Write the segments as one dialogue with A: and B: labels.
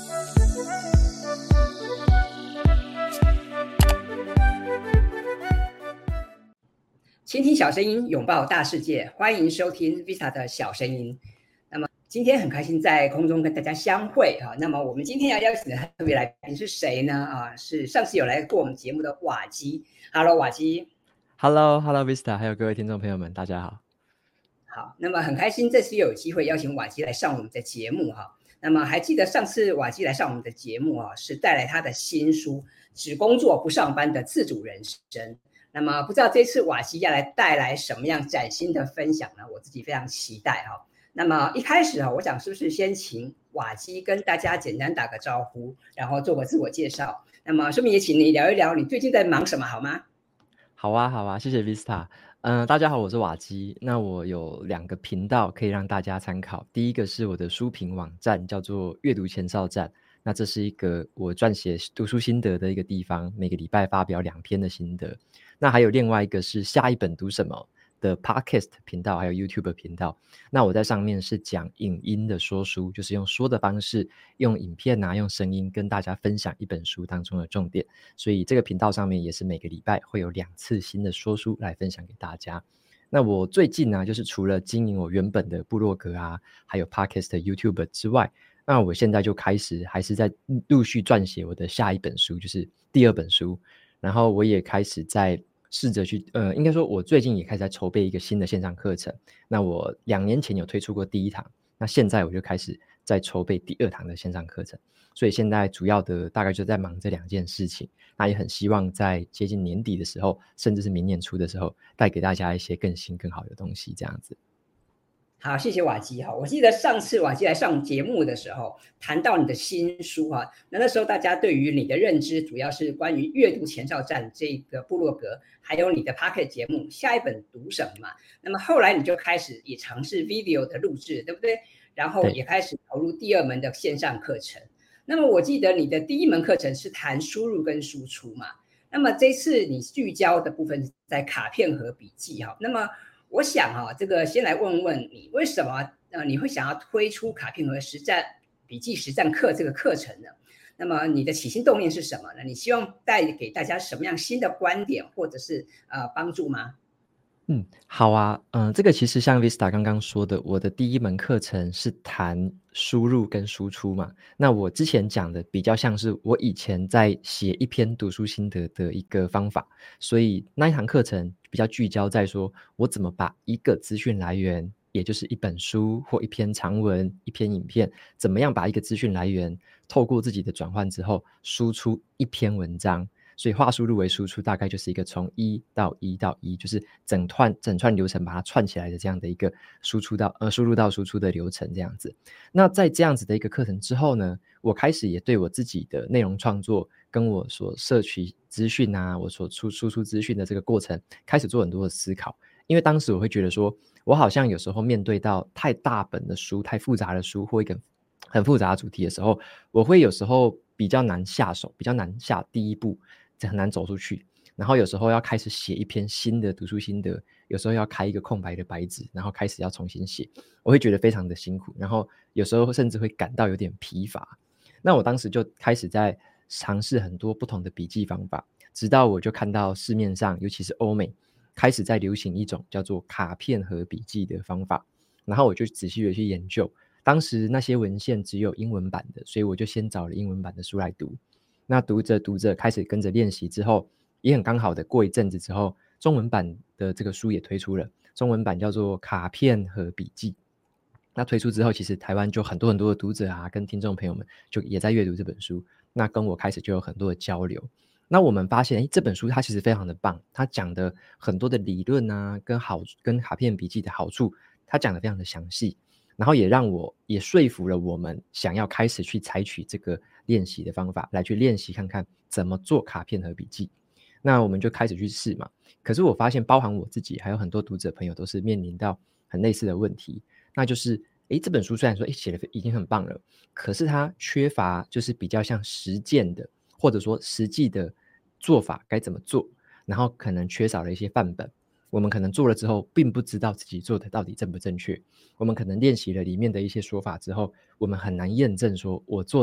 A: 倾听小声音，拥抱大世界，欢迎收听 Vista 的小声音。那么今天很开心在空中跟大家相会啊。那么我们今天要邀请的特别来宾是谁呢？是上次有来过我们节目的瓦基。Hello， 瓦基。
B: Hello Vista， 还有各位听众朋友们，大家好。
A: 好，那么很开心这次又有机会邀请瓦基来上我们的节目哈。那么还记得上次瓦基来上我们的节目是带来他的新书《只工作不上班的自主人生》。那么不知道这次瓦基要来带来什么样崭新的分享呢？我自己非常期待哈。那么一开始我想是不是先请瓦基跟大家简单打个招呼，然后做个自我介绍。那么顺便也请你聊一聊你最近在忙什么好吗？
B: 好啊，谢谢 Vista。大家好，我是瓦基。那我有2个频道可以让大家参考。第一个是我的书评网站，叫做阅读前哨站。那这是一个我撰写读书心得的一个地方，每个礼拜发表2篇的心得。那还有另外一个是下一本读什么的 Podcast 频道，还有 YouTube 频道。那我在上面是讲影音的说书，就是用说的方式，用影片用声音跟大家分享一本书当中的重点。所以这个频道上面也是每个礼拜会有2次新的说书来分享给大家。那我最近就是除了经营我原本的部落格还有 Podcast YouTube 之外，那我现在就开始还是在陆续撰写我的下一本书，就是第2本书。然后我也开始在试着去应该说我最近也开始在筹备一个新的线上课程。那我2年前有推出过第1堂，那现在我就开始在筹备第2堂的线上课程。所以现在主要的大概就在忙这2件事情。那也很希望在接近年底的时候，甚至是明年初的时候，带给大家一些更新更好的东西这样子。
A: 好，谢谢瓦基哈。我记得上次瓦基来上节目的时候，谈到你的新书那时候大家对于你的认知主要是关于阅读前哨站这个部落格，还有你的 Podcast 节目下一本读什么嘛。那么后来你就开始也尝试 video 的录制，对不对？然后也开始投入第2门的线上课程。那么我记得你的第1门课程是谈输入跟输出嘛。那么这次你聚焦的部分在卡片和笔记那么我想这个先来问问你，为什么你会想要推出卡片和笔记实战课这个课程呢？那么你的起心动念是什么呢？你希望带给大家什么样新的观点或者是帮助吗？
B: 好啊。这个其实像 Vista 刚刚说的，我的第1门课程是谈输入跟输出嘛。那我之前讲的比较像是我以前在写一篇读书心得的一个方法，所以那一堂课程比较聚焦在说我怎么把一个资讯来源，也就是一本书或一篇长文、一篇影片，怎么样把一个资讯来源透过自己的转换之后输出一篇文章。所以化输入为输出大概就是一个从1到1到1，就是整串流程把它串起来的这样的一个输入到输出的流程这样子。那在这样子的一个课程之后呢，我开始也对我自己的内容创作跟我所摄取资讯我所输出资讯的这个过程开始做很多的思考。因为当时我会觉得说，我好像有时候面对到太大本的书、太复杂的书或一个很复杂的主题的时候，我会有时候比较难下手，比较难下第一步，很难走出去。然后有时候要开始写一篇新的读书心得，有时候要开一个空白的白纸，然后开始要重新写，我会觉得非常的辛苦，然后有时候甚至会感到有点疲乏。那我当时就开始在尝试很多不同的笔记方法，直到我就看到市面上尤其是欧美开始在流行一种叫做卡片和笔记的方法，然后我就仔细的去研究。当时那些文献只有英文版的，所以我就先找了英文版的书来读。那读着读着开始跟着练习之后，也很刚好的过一阵子之后，中文版的这个书也推出了，中文版叫做卡片和笔记。那推出之后，其实台湾就很多很多的读者跟听众朋友们就也在阅读这本书，那跟我开始就有很多的交流。那我们发现这本书它其实非常的棒，它讲的很多的理论跟卡片笔记的好处，它讲的非常的详细，然后也说服了我们想要开始去采取这个练习的方法来去练习看看怎么做卡片和笔记。那我们就开始去试嘛。可是我发现包含我自己还有很多读者朋友都是面临到很类似的问题，那就是这本书虽然说写的已经很棒了，可是它缺乏就是比较像实践的或者说实际的做法该怎么做，然后可能缺少了一些范本，我们可能做了之后并不知道自己做的到底正不正确，我们可能练习了里面的一些说法之后，我们很难验证说我做的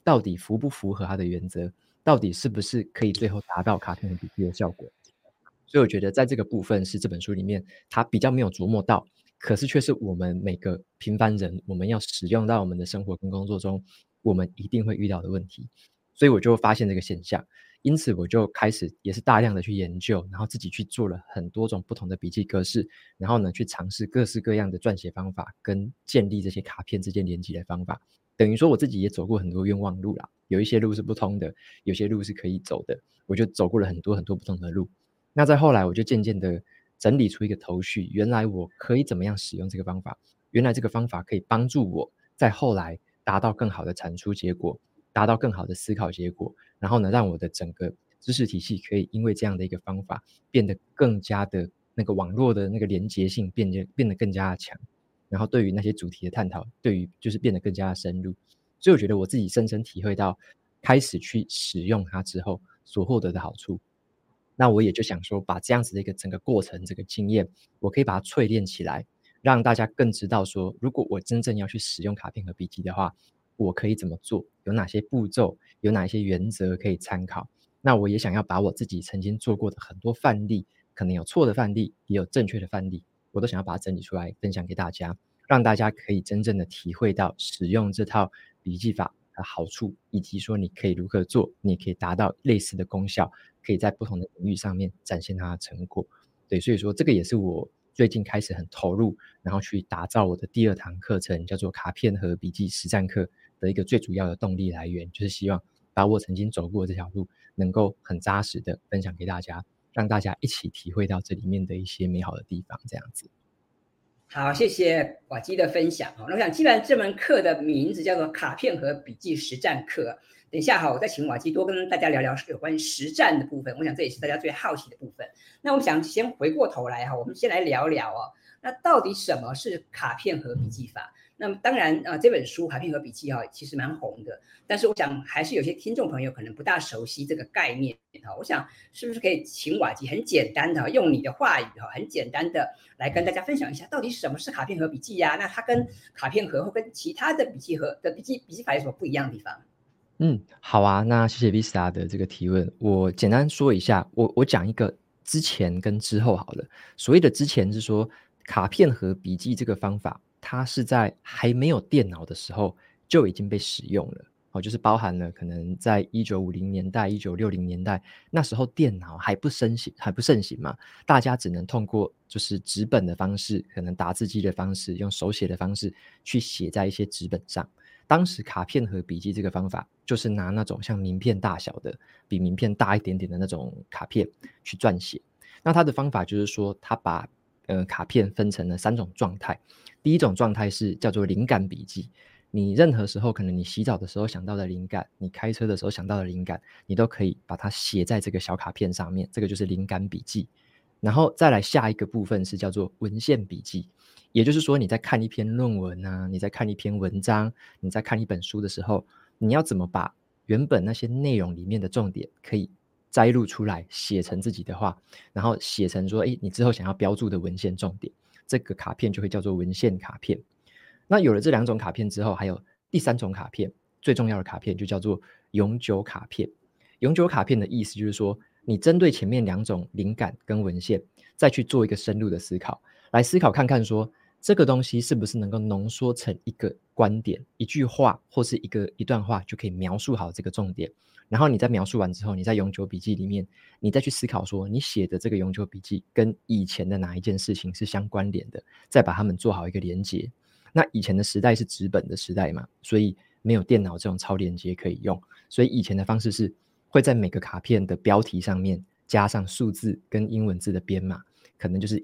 B: 到底符不符合它的原则，到底是不是可以最后达到卡片和笔记的效果。所以我觉得在这个部分是这本书里面它比较没有琢磨到，可是却是我们每个平凡人我们要使用到我们的生活跟工作中，我们一定会遇到的问题。所以我就发现这个现象，因此我就开始也是大量的去研究，然后自己去做了很多种不同的笔记格式，然后呢去尝试各式各样的撰写方法跟建立这些卡片之间连接的方法。等于说我自己也走过很多冤枉路啦，有一些路是不通的，有些路是可以走的，我就走过了很多很多不同的路。那再后来我就渐渐的整理出一个头绪，原来我可以怎么样使用这个方法，原来这个方法可以帮助我在后来达到更好的产出结果，达到更好的思考结果，然后呢让我的整个知识体系可以因为这样的一个方法变得更加的那个网络的那个连结性变得更加强，然后对于那些主题的探讨，对于就是变得更加的深入。所以我觉得我自己深深体会到开始去使用它之后所获得的好处。那我也就想说，把这样子的一个整个过程、这个经验，我可以把它淬炼起来，让大家更知道说，如果我真正要去使用卡片和笔记的话，我可以怎么做，有哪些步骤，有哪些原则可以参考。那我也想要把我自己曾经做过的很多范例，可能有错的范例，也有正确的范例，我都想要把它整理出来分享给大家，让大家可以真正的体会到使用这套笔记法的好处，以及说你可以如何做，你也可以达到类似的功效，可以在不同的领域上面展现它的成果。对，所以说这个也是我最近开始很投入，然后去打造我的第2堂课程，叫做卡片和笔记实战课的一个最主要的动力来源，就是希望把我曾经走过这条路，能够很扎实的分享给大家，让大家一起体会到这里面的一些美好的地方，这样子。
A: 好，谢谢瓦基的分享。那我想，既然这门课的名字叫做卡片和笔记实战课，等一下我再请瓦基多跟大家聊聊有关实战的部分。我想这也是大家最好奇的部分。那我们想先回过头来我们先来聊聊那到底什么是卡片和笔记法？那么当然这本书《卡片和笔记》其实蛮红的，但是我想还是有些听众朋友可能不大熟悉这个概念我想是不是可以请瓦基很简单的用你的话语很简单的来跟大家分享一下，到底什么是卡片和笔记呀？那它跟卡片盒或跟其他的笔记盒的笔记法有什么不一样的地方？
B: 好啊，那谢谢 Vista 的这个提问。我简单说一下，我讲一个之前跟之后好了。所谓的之前是说，卡片和笔记这个方法，它是在还没有电脑的时候就已经被使用了。就是包含了可能在1950年代、1960年代，那时候电脑还不盛行嘛，大家只能通过就是纸本的方式，可能打字机的方式，用手写的方式去写在一些纸本上。当时卡片和笔记这个方法，就是拿那种像名片大小的，比名片大一点点的那种卡片去撰写。那它的方法就是说，它把卡片分成了3种状态。第一种状态是叫做灵感笔记，你任何时候可能你洗澡的时候想到的灵感，你开车的时候想到的灵感，你都可以把它写在这个小卡片上面，这个就是灵感笔记。然后再来下一个部分是叫做文献笔记，也就是说你在看一篇论文啊，你在看一篇文章，你在看一本书的时候，你要怎么把原本那些内容里面的重点可以摘录出来，写成自己的话，然后写成说，你之后想要标注的文献重点，这个卡片就会叫做文献卡片。那有了这2种卡片之后，还有第3种卡片，最重要的卡片就叫做永久卡片。永久卡片的意思就是说，你针对前面2种灵感跟文献，再去做一个深入的思考，来思考看看说，这个东西是不是能够浓缩成一个观点，一句话或是一段话就可以描述好这个重点。然后你在描述完之后，你在永久笔记里面，你再去思考说，你写的这个永久笔记跟以前的哪一件事情是相关联的，再把它们做好一个连结。那以前的时代是纸本的时代嘛，所以没有电脑这种超连结可以用，所以以前的方式是会在每个卡片的标题上面加上数字跟英文字的编码，可能就是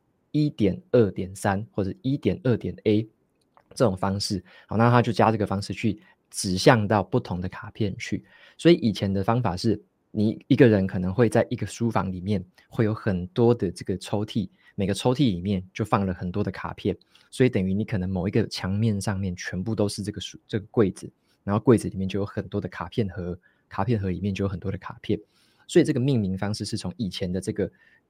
B: 1.2.3或者1.2.A 这种方式。好，那他就加这个方式去指向到不同的卡片去。所以以前的方法是，你一个人可能会在一个书房里面会有很多的这个抽屉，每个抽屉里面就放了很多的卡片，所以等于你可能某一个墙面上面全部都是这个柜子，然后柜子里面就有很多的卡片盒，卡片盒里面就有很多的卡片。所以这个命名方式是从以前的这个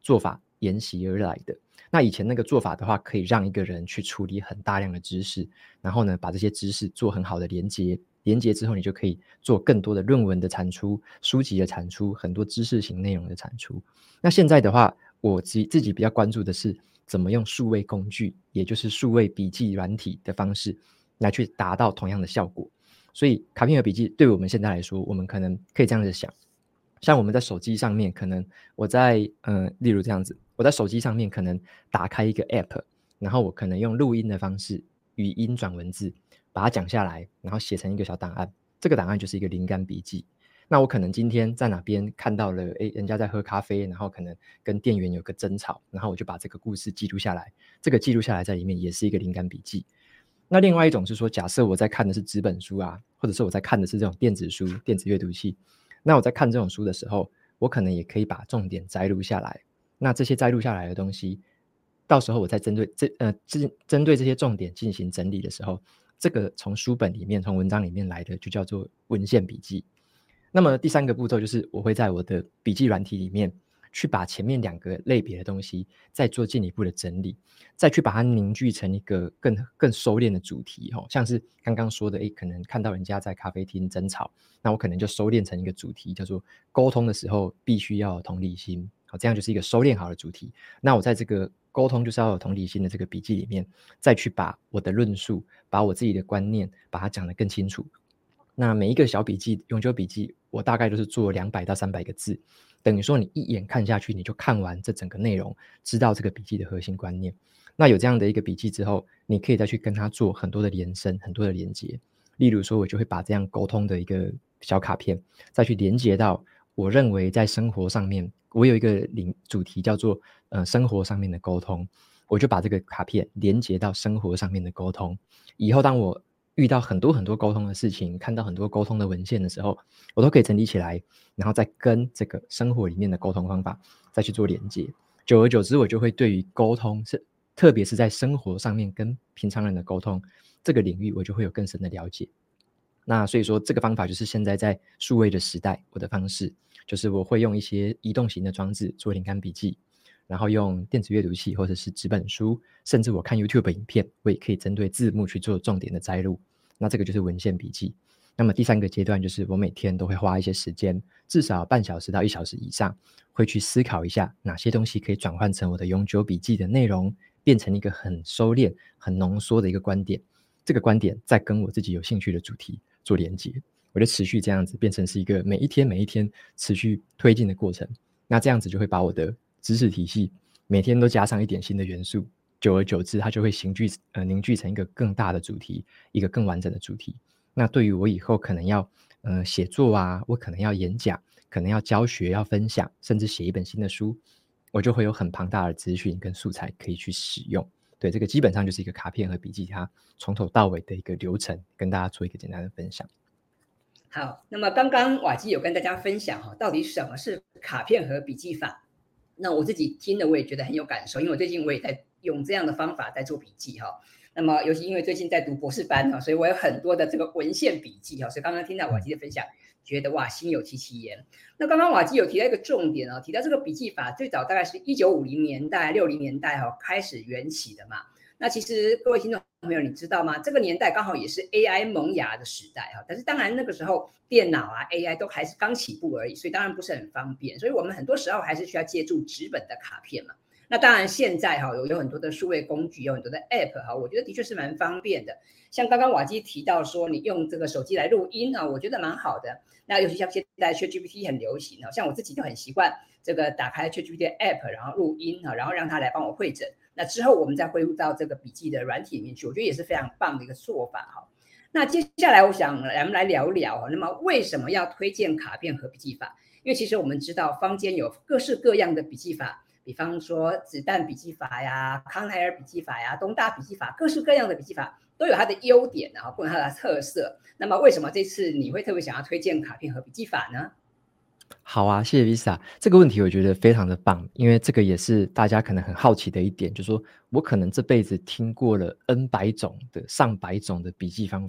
B: 做法沿袭而来的。那以前那个做法的话，可以让一个人去处理很大量的知识，然后呢，把这些知识做很好的连接，连接之后，你就可以做更多的论文的产出、书籍的产出、很多知识型内容的产出。那现在的话，我自己比较关注的是怎么用数位工具，也就是数位笔记软体的方式来去达到同样的效果。所以卡片和笔记对我们现在来说，我们可能可以这样子想，像我们在手机上面，可能我在例如这样子，我在手机上面可能打开一个 app， 然后我可能用录音的方式，语音转文字，把它讲下来，然后写成一个小档案。这个档案就是一个灵感笔记。那我可能今天在哪边看到了，人家在喝咖啡，然后可能跟店员有个争吵，然后我就把这个故事记录下来。这个记录下来在里面也是一个灵感笔记。那另外一种是说，假设我在看的是纸本书啊，或者是我在看的是这种电子书、电子阅读器，那我在看这种书的时候，我可能也可以把重点摘录下来。那这些摘录下来的东西，到时候我再针对这些重点进行整理的时候，这个从书本里面、从文章里面来的就叫做文献笔记。那么第三个步骤就是我会在我的笔记软体里面去把前面2个类别的东西再做进一步的整理，再去把它凝聚成一个更收敛的主题。像是刚刚说的，可能看到人家在咖啡厅争吵，那我可能就收敛成一个主题，叫做沟通的时候必须要有同理心。这样就是一个收敛好的主题。那我在这个沟通就是要有同理心的这个笔记里面，再去把我的论述，把我自己的观念，把它讲得更清楚。那每一个小笔记、永久笔记，我大概都是做200到300个字，等于说你一眼看下去，你就看完这整个内容，知道这个笔记的核心观念。那有这样的一个笔记之后，你可以再去跟它做很多的延伸、很多的连接。例如说，我就会把这样沟通的一个小卡片，再去连接到我认为在生活上面，我有一个主题叫做生活上面的沟通，我就把这个卡片连接到生活上面的沟通。以后当我遇到很多很多沟通的事情，看到很多沟通的文献的时候，我都可以整理起来，然后再跟这个生活里面的沟通方法再去做连接。久而久之，我就会对于沟通特别是在生活上面跟平常人的沟通这个领域，我就会有更深的了解。那所以说这个方法就是现在在数位的时代，我的方式就是我会用一些移动型的装置做灵感笔记，然后用电子阅读器或者是纸本书，甚至我看 YouTube 影片，我也可以针对字幕去做重点的摘录。那这个就是文献笔记。那么第3个阶段就是我每天都会花一些时间，至少半小时到1小时以上，会去思考一下哪些东西可以转换成我的永久笔记的内容，变成一个很收敛、很浓缩的一个观点。这个观点再跟我自己有兴趣的主题做连接，我就持续这样子变成是一个每一天持续推进的过程。那这样子就会把我的知识体系每天都加上一点新的元素，久而久之它就会凝聚成一个更大的主题，一个更完整的主题。那对于我以后可能要写作啊，我可能要演讲，可能要教学要分享，甚至写一本新的书，我就会有很庞大的资讯跟素材可以去使用。对，这个基本上就是一个卡片和笔记它从头到尾的一个流程，跟大家做一个简单的分享。
A: 好，那么刚刚瓦基有跟大家分享到底什么是卡片和笔记法。那我自己听了我也觉得很有感受，因为我最近我也在用这样的方法在做笔记那么尤其因为最近在读博士班所以我有很多的这个文献笔记所以刚刚听到瓦基的分享，觉得哇心有戚戚焉。那刚刚瓦基有提到一个重点提到这个笔记法最早大概是1950年代、60年代开始缘起的嘛。那其实各位听众朋友，你知道吗？这个年代刚好也是 AI 萌芽的时代但是当然那个时候电脑啊 AI 都还是刚起步而已，所以当然不是很方便，所以我们很多时候还是需要借助纸本的卡片嘛。那当然现在有很多的数位工具，有很多的 App 我觉得的确是蛮方便的。像刚刚瓦基提到说你用这个手机来录音我觉得蛮好的。那尤其像现在 ChatGPT 很流行像我自己就很习惯这个打开 ChatGPT 的 App 然后录音然后让它来帮我汇整，那之后我们再汇入到这个笔记的软体里面去，我觉得也是非常棒的一个做法那接下来我想我们来聊聊那么为什么要推荐卡片和笔记法？因为其实我们知道坊间有各式各样的笔记法，比方说子弹笔记法呀、康奈尔笔记法呀、东大笔记法，各式各样的笔记法都有它的优点或者它的特色。那么为什么这次你会特别想要推荐卡片和笔记法呢？
B: 好啊，谢谢 Visa。这个问题我觉得非常的棒，因为这个也是大家可能很好奇的一点，就是说我可能这辈子听过了 N 百种的上百种的笔记方法，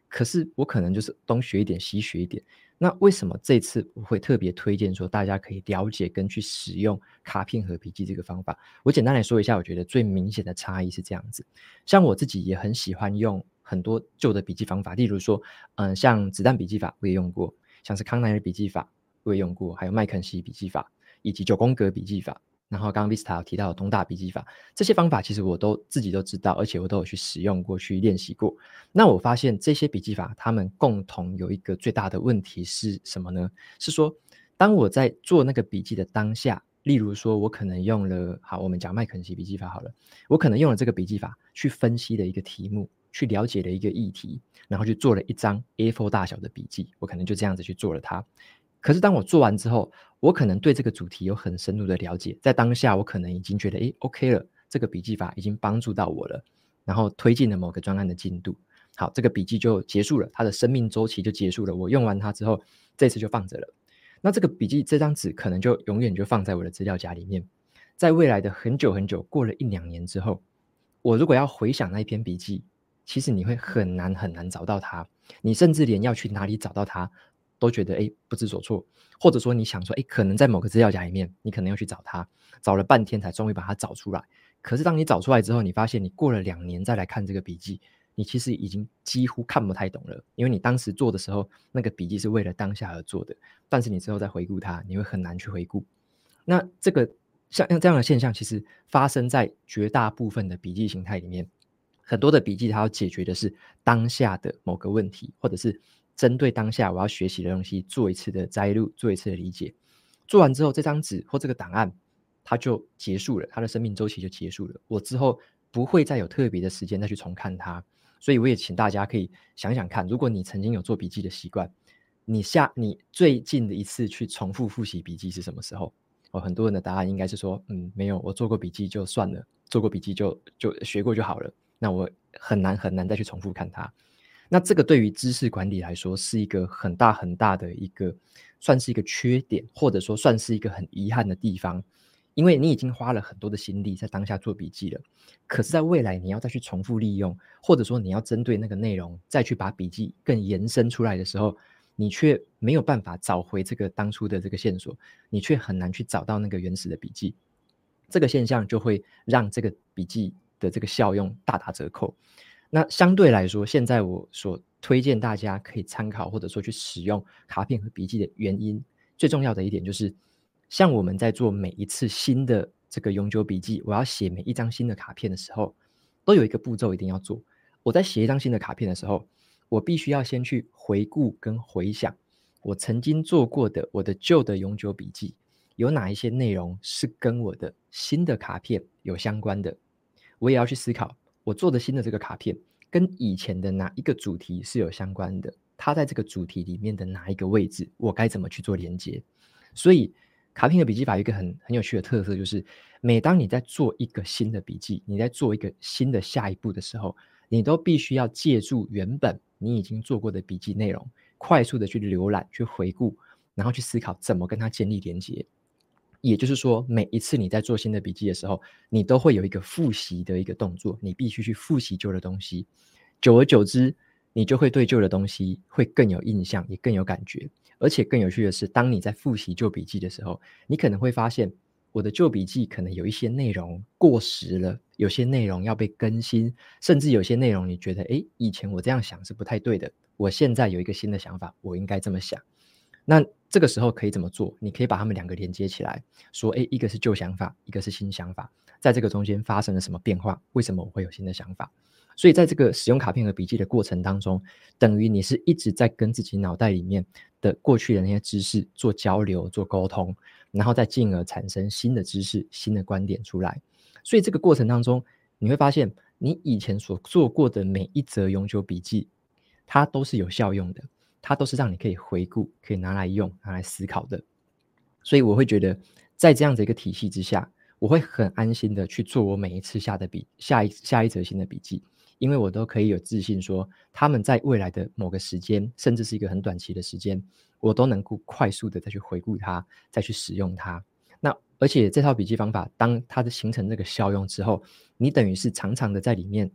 B: 可是我可能就是东学一点西学一点。那为什么这次我会特别推荐说大家可以了解跟去使用卡片和笔记这个方法？我简单来说一下，我觉得最明显的差异是这样子。像我自己也很喜欢用很多旧的笔记方法，例如说，像子弹笔记法我也用过，像是康奈尔笔记法我也用过，还有麦肯锡笔记法以及9宫格笔记法。然后刚刚 Vista 有提到的东大笔记法，这些方法其实我都自己都知道，而且我都有去使用过，去练习过。那我发现这些笔记法，它们共同有一个最大的问题是什么呢？是说，当我在做那个笔记的当下，例如说我可能用了，好，我们讲麦肯锡笔记法好了，我可能用了这个笔记法去分析了一个题目，去了解了一个议题，然后去做了一张 A4 大小的笔记，我可能就这样子去做了它。可是当我做完之后，我可能对这个主题有很深入的了解，在当下我可能已经觉得OK 了，这个笔记法已经帮助到我了，然后推进了某个专案的进度。好，这个笔记就结束了，它的生命周期就结束了。我用完它之后，这次就放着了。那这个笔记这张纸可能就永远就放在我的资料夹里面，在未来的很久很久，过了1-2年之后，我如果要回想那一篇笔记，其实你会很难很难找到它，你甚至连要去哪里找到它都觉得不知所措，或者说你想说可能在某个资料夹里面，你可能要去找它，找了半天才终于把它找出来。可是当你找出来之后，你发现你过了2年再来看这个笔记，你其实已经几乎看不太懂了，因为你当时做的时候，那个笔记是为了当下而做的，但是你之后再回顾它，你会很难去回顾。那这个像这样的现象，其实发生在绝大部分的笔记形态里面。很多的笔记它要解决的是当下的某个问题，或者是针对当下我要学习的东西做一次的摘录，做一次的理解。做完之后，这张纸或这个档案它就结束了，它的生命周期就结束了。我之后不会再有特别的时间再去重看它。所以我也请大家可以想想看，如果你曾经有做笔记的习惯，你最近的一次去重复复习笔记是什么时候？很多人的答案应该是说，没有，我做过笔记就算了，做过笔记就学过就好了。那我很难很难再去重复看它。那这个对于知识管理来说是一个很大很大的一个，算是一个缺点，或者说算是一个很遗憾的地方。因为你已经花了很多的心力在当下做笔记了，可是在未来你要再去重复利用，或者说你要针对那个内容再去把笔记更延伸出来的时候，你却没有办法找回这个当初的这个线索，你却很难去找到那个原始的笔记。这个现象就会让这个笔记的这个效用大打折扣。那相对来说，现在我所推荐大家可以参考或者说去使用卡片和笔记的原因，最重要的一点就是，像我们在做每一次新的这个永久笔记，我要写每一张新的卡片的时候，都有一个步骤一定要做。我在写一张新的卡片的时候，我必须要先去回顾跟回想我曾经做过的我的旧的永久笔记，有哪一些内容是跟我的新的卡片有相关的。我也要去思考，我做的新的这个卡片跟以前的哪一个主题是有相关的，它在这个主题里面的哪一个位置，我该怎么去做连接。所以卡片的笔记法有一个很有趣的特色，就是每当你在做一个新的笔记，你在做一个新的下一步的时候，你都必须要借助原本你已经做过的笔记内容，快速的去浏览、去回顾，然后去思考怎么跟它建立连接。也就是说，每一次你在做新的笔记的时候，你都会有一个复习的一个动作，你必须去复习旧的东西。久而久之，你就会对旧的东西会更有印象，也更有感觉。而且更有趣的是，当你在复习旧笔记的时候，你可能会发现，我的旧笔记可能有一些内容过时了，有些内容要被更新，甚至有些内容你觉得，以前我这样想是不太对的，我现在有一个新的想法，我应该这么想。那这个时候可以怎么做？你可以把它们2个连接起来，说，一个是旧想法，一个是新想法，在这个中间发生了什么变化？为什么我会有新的想法？所以在这个使用卡片和笔记的过程当中，等于你是一直在跟自己脑袋里面的过去的那些知识做交流、做沟通，然后再进而产生新的知识、新的观点出来。所以这个过程当中，你会发现你以前所做过的每一则永久笔记，它都是有效用的。它都是让你可以回顾、可以拿来用、拿来思考的。所以我会觉得，在这样的一个体系之下，我会很安心的去做我每一次下一则新的笔记，因为我都可以有自信说，他们在未来的某个时间，甚至是一个很短期的时间，我都能够快速的再去回顾它，再去使用它。那而且这套笔记方法，当它的形成这个效用之后，你等于是常常的在里面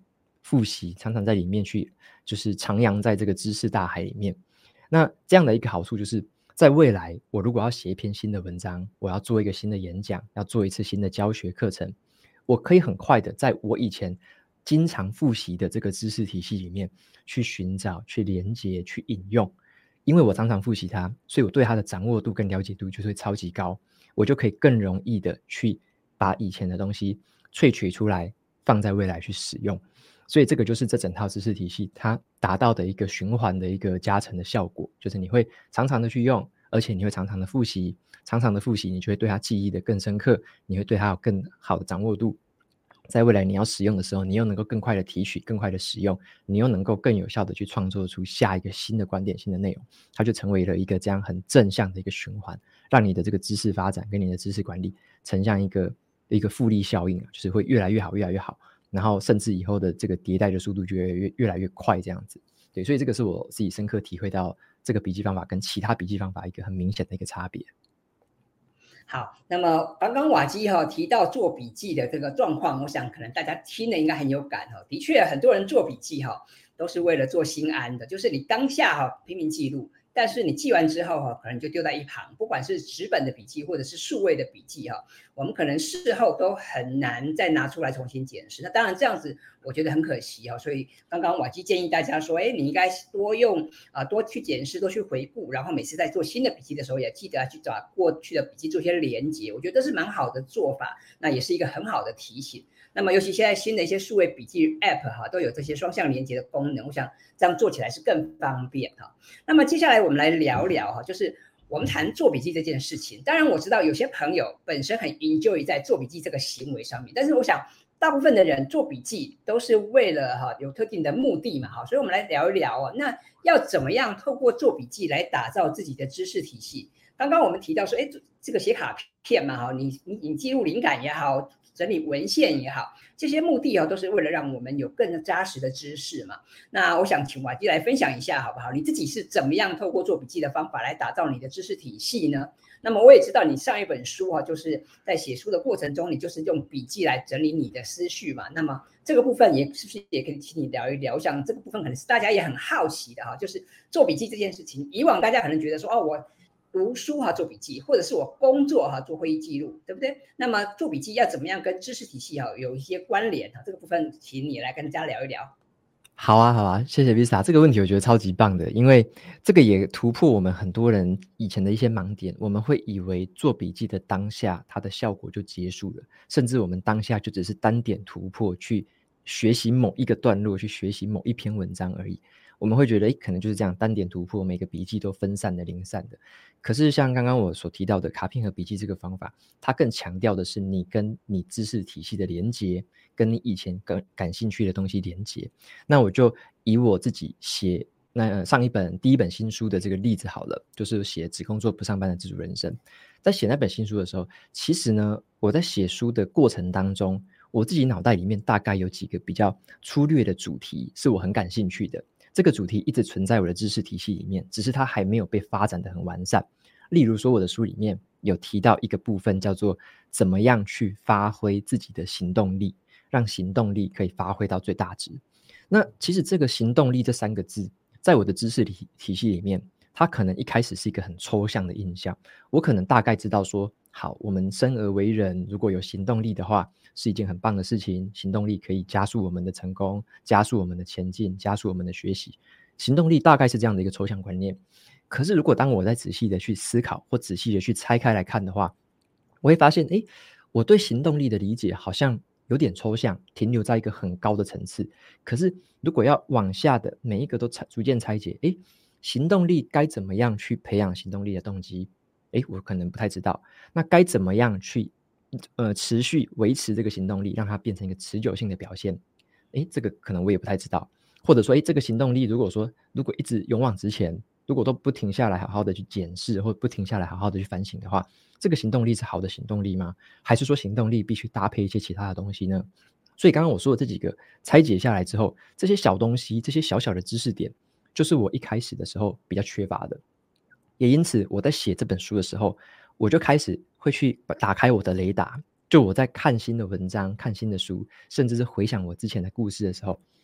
B: 复习，常常在里面去就是徜徉在这个知识大海里面。那这样的一个好处就是在未来我如果要写一篇新的文章，我要做一个新的演讲，要做一次新的教学课程，我可以很快的在我以前经常复习的这个知识体系里面去寻找、去连接、去引用。因为我常常复习它，所以我对它的掌握度跟了解度就会超级高，我就可以更容易的去把以前的东西萃取出来，放在未来去使用。所以这个就是这整套知识体系它达到的一个循环的一个加成的效果，就是你会常常的去用，而且你会常常的复习，常常的复习，你就会对它记忆的更深刻，你会对它有更好的掌握度。在未来你要使用的时候，你又能够更快的提取，更快的使用，你又能够更有效的去创作出下一个新的观点、新的内容，它就成为了一个这样很正向的一个循环，让你的这个知识发展跟你的知识管理呈现一个复利效应，就是会越来越好，越来越好，然后甚至以后的这个迭代的速度就越来越快这样子。对，所以这个是我自己深刻体会到这个笔记方法跟其他笔记方法一个很明显的一个差别。
A: 好，那么刚刚瓦基提到做笔记的这个状况，我想可能大家听了应该很有感的确，很多人做笔记都是为了做心安的，就是你当下拼命记录，但是你记完之后可能就丢在一旁，不管是纸本的笔记或者是数位的笔记我们可能事后都很难再拿出来重新检视。那当然这样子我觉得很可惜所以刚刚瓦基建议大家说，你应该多用多去检视，多去回顾，然后每次在做新的笔记的时候，也记得要去找过去的笔记做一些连结。我觉得这是蛮好的做法，那也是一个很好的提醒。那么尤其现在新的一些数位笔记 App 都有这些双向连结的功能，我想这样做起来是更方便那么接下来我们来聊聊就是我们谈做笔记这件事情。当然我知道有些朋友本身很 enjoy 在做笔记这个行为上面，但是我想大部分的人做笔记都是为了有特定的目的嘛所以我们来聊一聊那要怎么样透过做笔记来打造自己的知识体系。刚刚我们提到说这个写卡片嘛你记录灵感也好，整理文献也好，这些目的都是为了让我们有更扎实的知识嘛。那我想请瓦基来分享一下好不好？你自己是怎么样透过做笔记的方法来打造你的知识体系呢？那么我也知道你上一本书就是在写书的过程中，你就是用笔记来整理你的思绪嘛。那么这个部分是不是也可以请你聊一聊？我想这个部分可能是大家也很好奇的就是做笔记这件事情。以往大家可能觉得说我读书做笔记，或者是我工作做会议记录，对不对？那么做笔记要怎么样跟知识体系有一些关联这个部分请你来跟大家聊一聊。
B: 好啊，好啊，谢谢 Vista。这个问题我觉得超级棒的，因为这个也突破我们很多人以前的一些盲点。我们会以为做笔记的当下，它的效果就结束了，甚至我们当下就只是单点突破，去学习某一个段落，去学习某一篇文章而已。我们会觉得，可能就是这样单点突破，每个笔记都分散的、零散的。可是像刚刚我所提到的卡片和笔记这个方法，它更强调的是你跟你知识体系的连结，跟你以前感兴趣的东西连结。那我就以我自己写第一本新书的这个例子好了，就是写只工作不上班的自主人生。在写那本新书的时候，其实呢，我在写书的过程当中，我自己脑袋里面大概有几个比较粗略的主题是我很感兴趣的。这个主题一直存在我的知识体系里面，只是它还没有被发展得很完善。例如说，我的书里面有提到一个部分叫做怎么样去发挥自己的行动力，让行动力可以发挥到最大值。那其实这个行动力这3个字，在我的知识体系里面，它可能一开始是一个很抽象的印象。我可能大概知道说，好，我们生而为人，如果有行动力的话，是一件很棒的事情。行动力可以加速我们的成功，加速我们的前进，加速我们的学习。行动力大概是这样的一个抽象观念。可是如果当我在仔细的去思考或仔细的去拆开来看的话，我会发现我对行动力的理解好像有点抽象，停留在一个很高的层次。可是如果要往下的每一个都逐渐拆解，行动力该怎么样去培养行动力的动机？我可能不太知道。那该怎么样去持续维持这个行动力，让它变成一个持久性的表现？这个可能我也不太知道。或者说这个行动力如果一直勇往直前，如果都不停下来好好的去检视，或不停下来好好的去反省的话，这个行动力是好的行动力吗？还是说行动力必须搭配一些其他的东西呢？所以刚刚我说的这几个拆解下来之后，这些小东西，这些小小的知识点，就是我一开始的时候比较缺乏的。也因此我在写这本书的时候，我就开始会去打开我的雷达，就我在看新的文章，看新的书，甚至是回想我之前的故事的时候，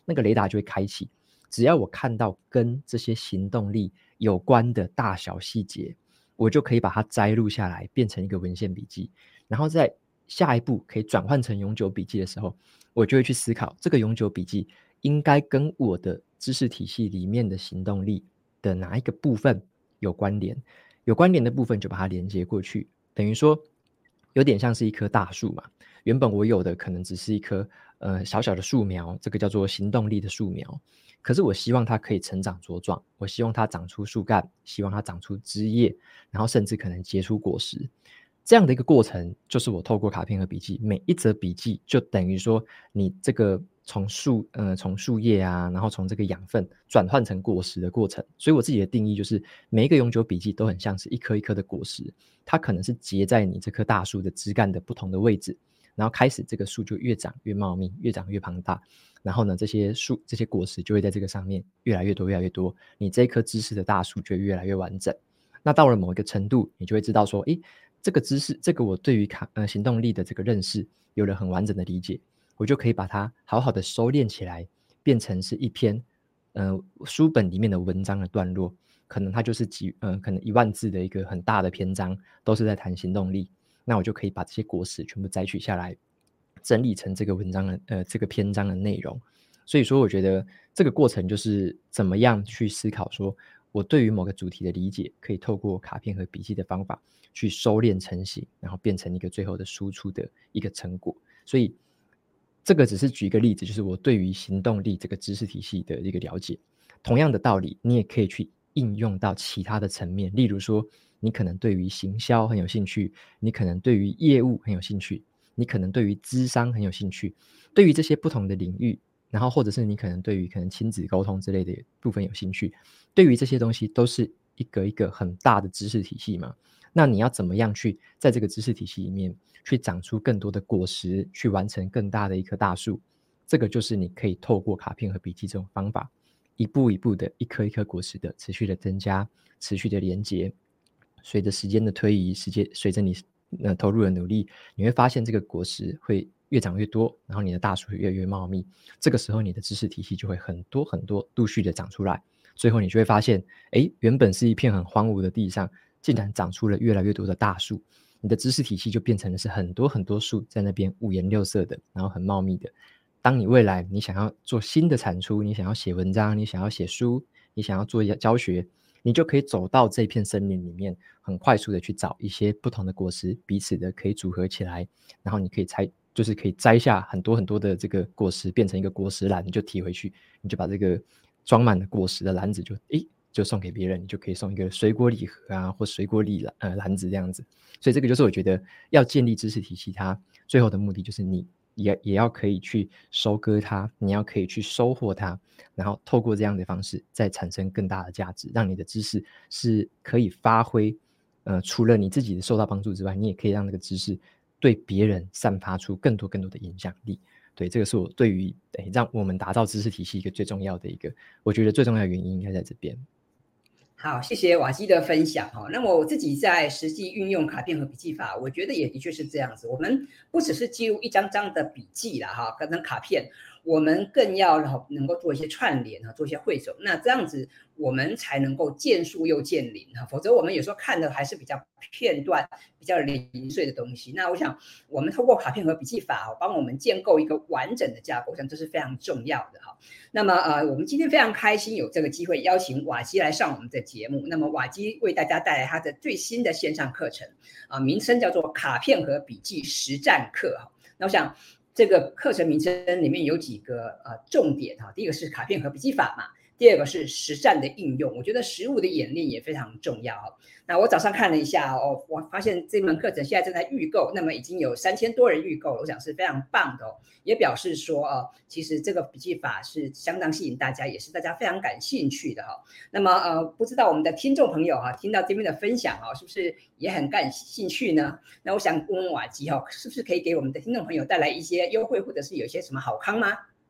B: 那个雷达就会开启。只要我看到跟这些行动力有关的大小细节，我就可以把它摘录下来，变成一个文献笔记。然后在下一步可以转换成永久笔记的时候，我就会去思考这个永久笔记应该跟我的知识体系里面的行动力的哪一个部分有关联，有关联的部分就把它连接过去，等于说有点像是一棵大树嘛。原本我有的可能只是一棵小小的树苗，这个叫做行动力的树苗，可是我希望它可以成长茁壮，我希望它长出树干，希望它长出枝叶，然后甚至可能结出果实。这样的一个过程，就是我透过卡片和笔记，每一则笔记就等于说你这个从树叶啊，然后从这个养分转换成果实的过程。所以我自己的定义就是，每一个永久笔记都很像是一颗一颗的果实，它可能是结在你这棵大树的枝干的不同的位置，然后开始这个树就越长越茂密，越长越庞大。然后呢，这些果实就会在这个上面越来越多，越来越多。你这一棵知识的大树就会越来越完整。那到了某一个程度，你就会知道说，诶，这个知识，这个我对于行动力的这个认识有了很完整的理解，我就可以把它好好的收敛起来，变成是一篇书本里面的文章的段落，可能它就是可能10000字的一个很大的篇章，都是在谈行动力。那我就可以把这些果实全部摘取下来，整理成这个文章的这个篇章的内容。所以说，我觉得这个过程就是怎么样去思考说，我对于某个主题的理解，可以透过卡片和笔记的方法去收敛成型，然后变成一个最后的输出的一个成果。所以这个只是举一个例子，就是我对于行动力这个知识体系的一个了解。同样的道理，你也可以去应用到其他的层面，例如说，你可能对于行销很有兴趣，你可能对于业务很有兴趣，你可能对于咨商很有兴趣，对于这些不同的领域，然后或者是你可能对于可能亲子沟通之类的部分有兴趣，对于这些东西都是一个一个很大的知识体系嘛。那你要怎么样去在这个知识体系里面去长出更多的果实，去完成更大的一棵大树？这个就是你可以透过卡片和笔记这种方法，一步一步的一颗一颗果实的持续的增加，持续的连接。随着时间的推移，随着你投入的努力，你会发现这个果实会越长越多，然后你的大树会越来越茂密。这个时候，你的知识体系就会很多很多陆续的长出来。最后，你就会发现，原本是一片很荒芜的地上，竟然长出了越来越多的大树。你的知识体系就变成了是很多很多树在那边五颜六色的，然后很茂密的。当你未来你想要做新的产出，你想要写文章，你想要写书，你想要做教学，你就可以走到这片森林里面，很快速的去找一些不同的果实，彼此的可以组合起来，然后你可以就是可以摘下很多很多的这个果实，变成一个果实篮，你就提回去，你就把这个装满了果实的篮子就送给别人，你就可以送一个水果礼盒啊，或水果篮子这样子。所以这个就是我觉得要建立知识体系，它最后的目的就是你也要可以去收割它，你要可以去收获它，然后透过这样的方式再产生更大的价值，让你的知识是可以发挥除了你自己受到帮助之外，你也可以让那个知识对别人散发出更多更多的影响力。对，这个是我对于让我们打造知识体系一个最重要的我觉得最重要的原因应该在这边。
A: 好，谢谢瓦基的分享哈。那么我自己在实际运用卡片和笔记法，我觉得也的确是这样子。我们不只是记录一张张的笔记啦哈，可能卡片，我们更要能够做一些串联哈，做一些汇总。那这样子我们才能够见树又见林哈，否则我们有时候看的还是比较片段、比较零碎的东西。那我想，我们透过卡片和笔记法帮我们建构一个完整的架构，我想这是非常重要的哈。那么我们今天非常开心有这个机会邀请瓦基来上我们的节目。那么瓦基为大家带来他的最新的线上课程名称叫做卡片和笔记实战课哈。那我想这个课程名称里面有几个重点哈，第一个是卡片和笔记法嘛，第二个是实战的应用，我觉得实务的演练也非常重要哈。那我早上看了一下我发现这门课程现在正在预购，那么已经有3000多人预购了，我想是非常棒的也表示说其实这个笔记法是相当吸引大家，也是大家非常感兴趣的哈。那么不知道我们的听众朋友听到这边的分享是不是也很感兴趣呢？那我想问瓦基是不是可以给我们的听众朋友带来一些优惠，或者是有一些什么好康吗？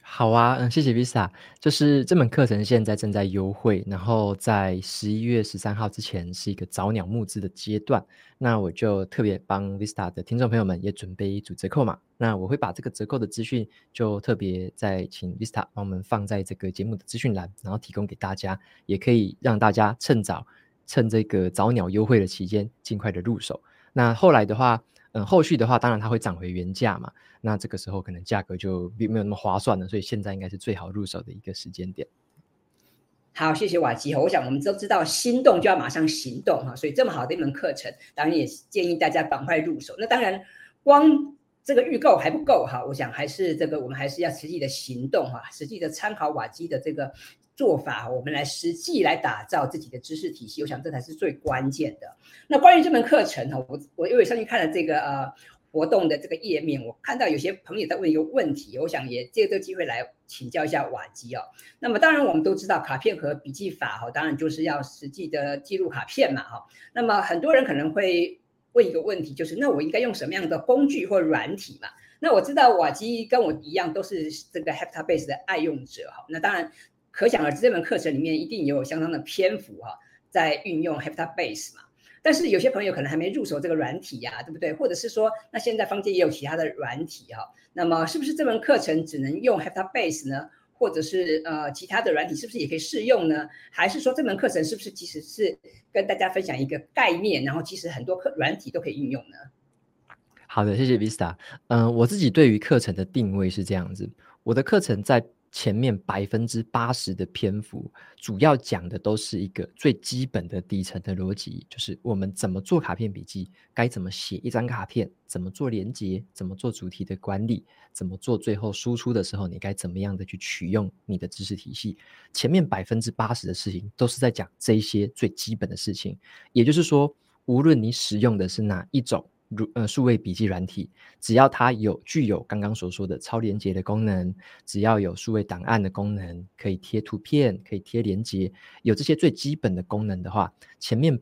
B: 好啊，谢谢 Vista。就是这门课程现在正在优惠，然后在11月13号之前是一个早鸟募资的阶段。那我就特别帮 Vista 的听众朋友们也准备一组折扣码。那我会把这个折扣的资讯就特别再请 Vista 帮我们放在这个节目的资讯栏，然后提供给大家，也可以让大家趁这个早鸟优惠的期间尽快的入手。那后来的话，后续的话，当然它会涨回原价嘛。那这个时候可能价格就没有那么划算了，所以现在应该是最好入手的一个时间点。
A: 好，谢谢瓦基。我想我们都知道，心动就要马上行动哈，所以这么好的一门课程，当然也建议大家赶快入手。那当然，光这个预购还不够哈，我想还是我们还是要实际的行动哈，实际的参考瓦基的这个做法，我们来实际来打造自己的知识体系，我想这才是最关键的。那关于这门课程哈，我因为上去看了这个活动的这个页面，我看到有些朋友在问一个问题，我想也借这个机会来请教一下瓦基哦。那么当然我们都知道卡片和笔记法哈，当然就是要实际的记录卡片嘛哈。那么很多人可能会问一个问题，就是那我应该用什么样的工具或软体嘛？那我知道瓦基跟我一样都是这个 Heptabase 的爱用者哈。那当然可想而知，这门课程里面一定也有相当的篇幅哈，在运用 Heptabase 嘛。但是有些朋友可能还没入手这个软体呀，对不对？或者是说，那现在坊间也有其他的软体哈，那么是不是这门课程只能用 Heptabase 呢？或者是其他的软体是不是也可以适用呢？还是说这门课程是不是其实是跟大家分享一个概念，然后其实很多软体都可以运用呢？
B: 好的，谢谢 Vista。我自己对于课程的定位是这样子，我的课程在前面80%的篇幅，主要讲的都是一个最基本的底层的逻辑，就是我们怎么做卡片笔记，该怎么写一张卡片，怎么做连结，怎么做主题的管理，怎么做最后输出的时候，你该怎么样的去取用你的知识体系。前面80%的事情都是在讲这一些最基本的事情，也就是说，无论你使用的是哪一种数位笔记软体，只要它具有刚刚所说的超连结的功能，只要有数位档案的功能，可以贴图片，可以贴连结，有这些最基本的功能的话，前面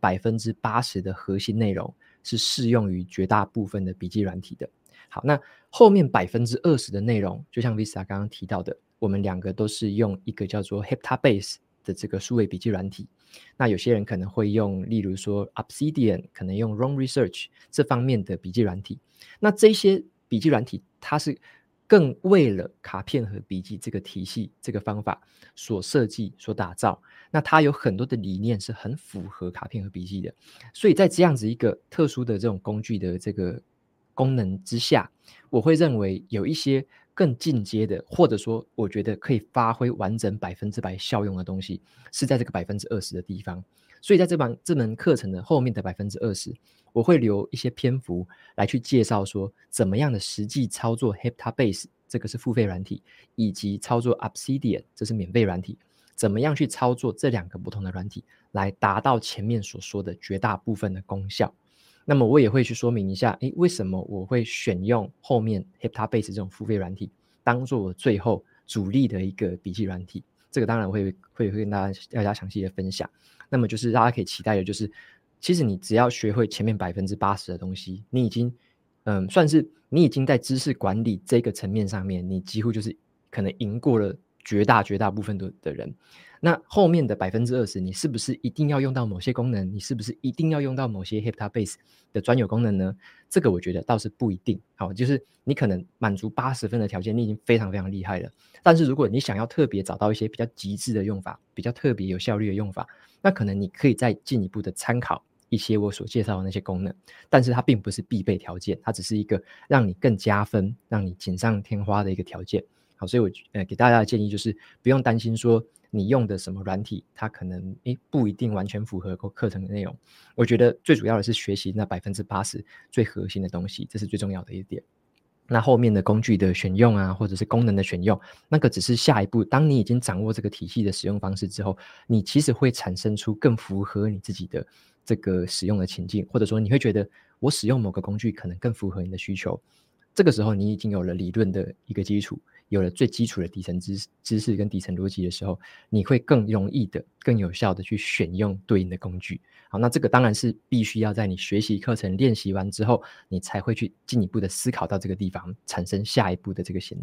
B: 80%的核心内容是适用于绝大部分的笔记软体的。好，那后面20%的内容，就像 Vista 刚刚提到的，我们两个都是用一个叫做 Heptabase 的这个数位笔记软体。那有些人可能会用，例如说 Obsidian， 可能用 Roam Research 这方面的笔记软体。那这些笔记软体，它是更为了卡片和笔记这个体系、这个方法所设计、所打造。那它有很多的理念是很符合卡片和笔记的。所以在这样子一个特殊的这种工具的这个功能之下，我会认为有一些更进阶的，或者说我觉得可以发挥完整100%效用的东西，是在这个20%的地方。所以在这门课程的后面的20%，我会留一些篇幅来去介绍说，怎么样的实际操作 Heptabase， 这个是付费软体，以及操作 Obsidian， 这是免费软体，怎么样去操作这两个不同的软体，来达到前面所说的绝大部分的功效。那么我也会去说明一下，为什么我会选用后面 Heptabase 这种付费软体当做我最后主力的一个笔记软体。这个当然会跟大家详细的分享。那么就是大家可以期待的就是，其实你只要学会前面80%的东西，你已经算是你已经在知识管理这个层面上面，你几乎就是可能赢过了绝大部分的人。那后面的20%，你是不是一定要用到某些功能？你是不是一定要用到某些 Heptabase 的专有功能呢？这个我觉得倒是不一定。好，就是你可能满足80分的条件，你已经非常非常厉害了。但是如果你想要特别找到一些比较极致的用法，比较特别有效率的用法，那可能你可以再进一步的参考一些我所介绍的那些功能，但是它并不是必备条件，它只是一个让你更加分、让你锦上添花的一个条件。好，所以我给大家的建议就是不用担心说你用的什么软体，它可能不一定完全符合课程的内容。我觉得最主要的是学习那80%最核心的东西，这是最重要的一点。那后面的工具的选用啊，或者是功能的选用，那个只是下一步。当你已经掌握这个体系的使用方式之后，你其实会产生出更符合你自己的这个使用的情境，或者说你会觉得我使用某个工具可能更符合你的需求。这个时候你已经有了理论的一个基础，有了最基础的底层知识跟底层逻辑的时候，你会更容易的、更有效的去选用对应的工具。好，那这个当然是必须要在你学习课程练习完之后，你才会去进一步的思考到这个地方，产生下一步的这个行动。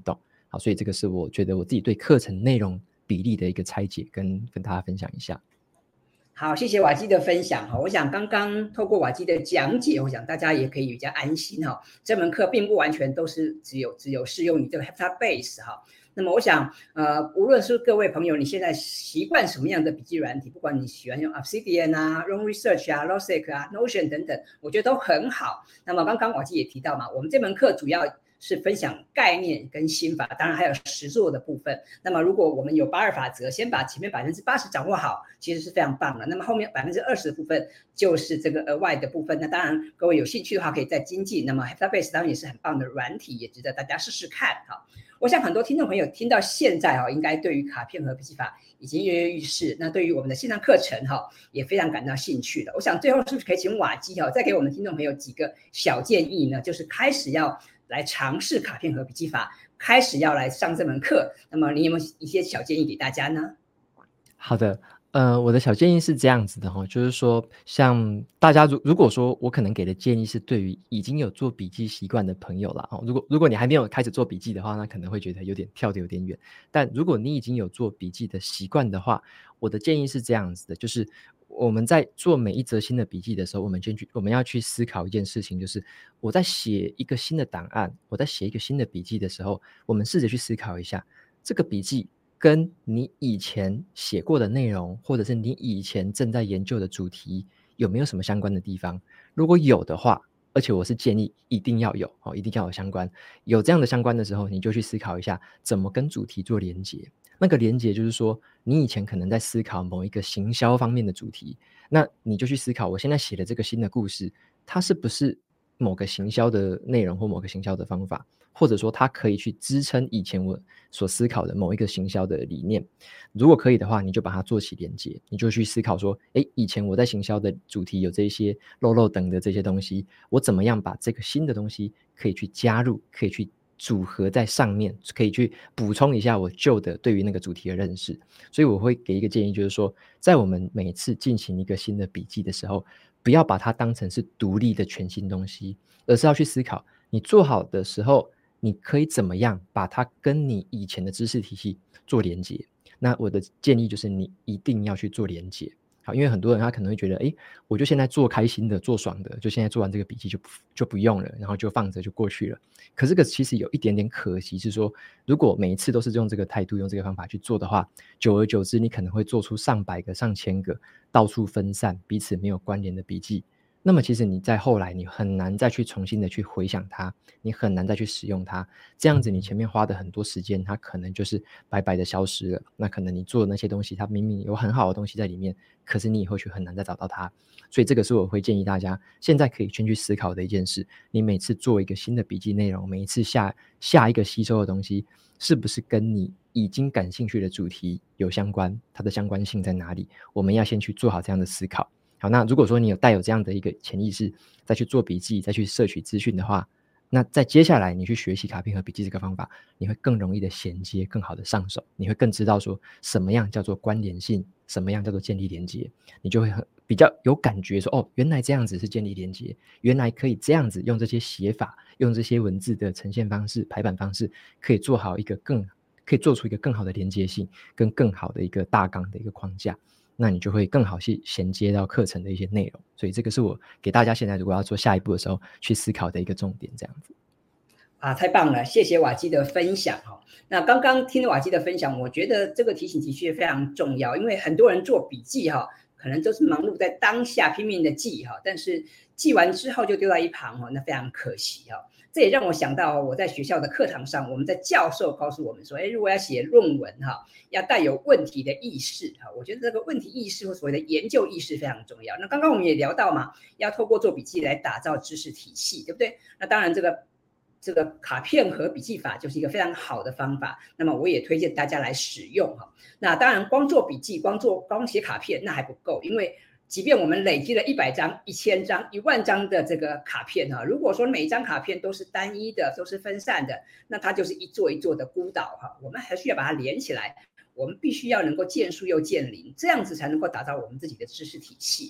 B: 好，所以这个是我觉得我自己对课程内容比例的一个拆解，跟大家分享一下。
A: 好，谢谢瓦基的分享哈。我想刚刚透过瓦基的讲解，我想大家也可以比较安心哈。这门课并不完全都是只有适用于这个 Heptabase 哈。那么我想，无论是各位朋友你现在习惯什么样的笔记软体，不管你喜欢用 Obsidian 啊、Roam Research 啊、Logseq 啊、Notion 等等，我觉得都很好。那么刚刚瓦基也提到嘛，我们这门课主要是分享概念跟心法，当然还有实作的部分。那么如果我们有8·2法则，先把前面80%掌握好，其实是非常棒的。那么后面20%的部分就是这个额外的部分。那当然各位有兴趣的话可以再精进。那么 Heptabase 当然也是很棒的软体，也值得大家试试看。好，我想很多听众朋友听到现在应该对于卡片和笔记法已经跃跃欲试。那对于我们的线上课程也非常感到兴趣的。我想最后是不是可以请瓦基再给我们听众朋友几个小建议呢？就是开始要来尝试卡片和笔记法，开始要来上这门课，那么你有没有一些小建议给大家呢？
B: 好的，我的小建议是这样子的就是说，像大家如果说我可能给的建议是对于已经有做笔记习惯的朋友啦，如果你还没有开始做笔记的话，那可能会觉得跳得有点远。但如果你已经有做笔记的习惯的话，我的建议是这样子的，就是我们在做每一则新的笔记的时候，我们要去思考一件事情，就是我在写一个新的档案，我在写一个新的笔记的时候，我们试着去思考一下，这个笔记跟你以前写过的内容，或者是你以前正在研究的主题，有没有什么相关的地方？如果有的话，而且我是建议一定要有一定要有相关。有这样的相关的时候，你就去思考一下怎么跟主题做连结。那个连结就是说，你以前可能在思考某一个行销方面的主题，那你就去思考，我现在写的这个新的故事，它是不是某个行销的内容或某个行销的方法，或者说它可以去支撑以前我所思考的某一个行销的理念。如果可以的话，你就把它做起连结，你就去思考说，以前我在行销的主题有这些漏等的这些东西，我怎么样把这个新的东西可以去加入，可以去组合在上面，可以去补充一下我旧的对于那个主题的认识。所以我会给一个建议，就是说，在我们每次进行一个新的笔记的时候，不要把它当成是独立的全新东西，而是要去思考，你做好的时候，你可以怎么样把它跟你以前的知识体系做连结。那我的建议就是你一定要去做连结。好，因为很多人他可能会觉得，我就现在做开心的，做爽的，就现在做完这个笔记就不用了，然后就放着就过去了。可是这个其实有一点点可惜，是说如果每一次都是用这个态度、用这个方法去做的话，久而久之，你可能会做出上百个、上千个到处分散、彼此没有关联的笔记。那么其实你在后来你很难再去重新的去回想它，你很难再去使用它，这样子你前面花的很多时间它可能就是白白的消失了。那可能你做的那些东西它明明有很好的东西在里面，可是你以后却很难再找到它。所以这个是我会建议大家现在可以先去思考的一件事，你每次做一个新的笔记内容，每一次下一个吸收的东西是不是跟你已经感兴趣的主题有相关，它的相关性在哪里，我们要先去做好这样的思考。好，那如果说你有带有这样的一个潜意识，再去做笔记，再去摄取资讯的话，那在接下来你去学习卡片和笔记这个方法，你会更容易的衔接，更好的上手，你会更知道说什么样叫做关联性，什么样叫做建立连接，你就会比较有感觉说，原来这样子是建立连接，原来可以这样子用这些写法，用这些文字的呈现方式、排版方式，可以做出一个更好的连接性，跟更好的一个大纲的一个框架。那你就会更好去衔接到课程的一些内容。所以这个是我给大家现在如果要做下一步的时候去思考的一个重点，这样子。
A: 太棒了，谢谢瓦基的分享那刚刚听了瓦基的分享，我觉得这个提醒的确非常重要，因为很多人做笔记可能都是忙碌在当下拼命的记但是记完之后就丢在一旁那非常可惜这也让我想到我在学校的课堂上，我们在教授告诉我们说，如果要写论文要带有问题的意识我觉得这个问题意识或所谓的研究意识非常重要。那刚刚我们也聊到嘛，要透过做笔记来打造知识体系，对不对？那当然这个卡片和笔记法就是一个非常好的方法，那么我也推荐大家来使用那当然光做笔记光写卡片那还不够，因为即便我们累积了100张、1000张、10000张的这个卡片如果说每一张卡片都是单一的，都是分散的，那它就是一座一座的孤岛我们还需要把它连起来，我们必须要能够见树又见林，这样子才能够打造我们自己的知识体系。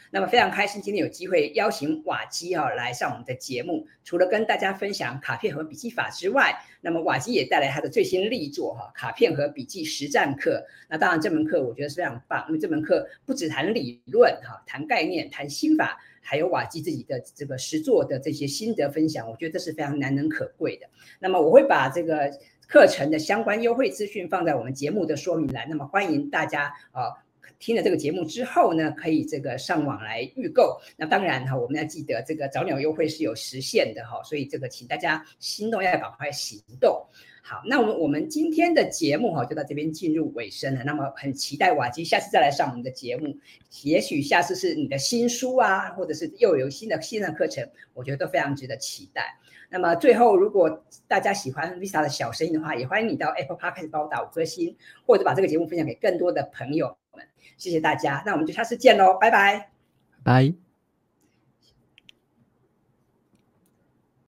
A: 那么非常开心今天有机会邀请瓦基来上我们的节目，除了跟大家分享卡片和笔记法之外，那么瓦基也带来他的最新力作卡片和笔记实战课。那当然这门课我觉得是非常棒，因为这门课不只谈理论谈概念，谈心法，还有瓦基自己的这个实作的这些心得分享，我觉得这是非常难能可贵的。那么我会把这个课程的相关优惠资讯放在我们节目的说明栏，那么欢迎大家听了这个节目之后呢，可以这个上网来预购。那当然我们要记得这个早鸟优惠是有时限的所以这个请大家心动要赶快行动。好，那我们今天的节目就到这边进入尾声了。那么很期待瓦基下次再来上我们的节目，也许下次是你的新书或者是又有新的课程，我觉得都非常值得期待。那么最后，如果大家喜欢 Vista 的小声音的话，也欢迎你到 Apple Podcast 帮我打5颗星，或者把这个节目分享给更多的朋友们。谢谢大家，那我们就下次见喽，拜拜。
B: 拜。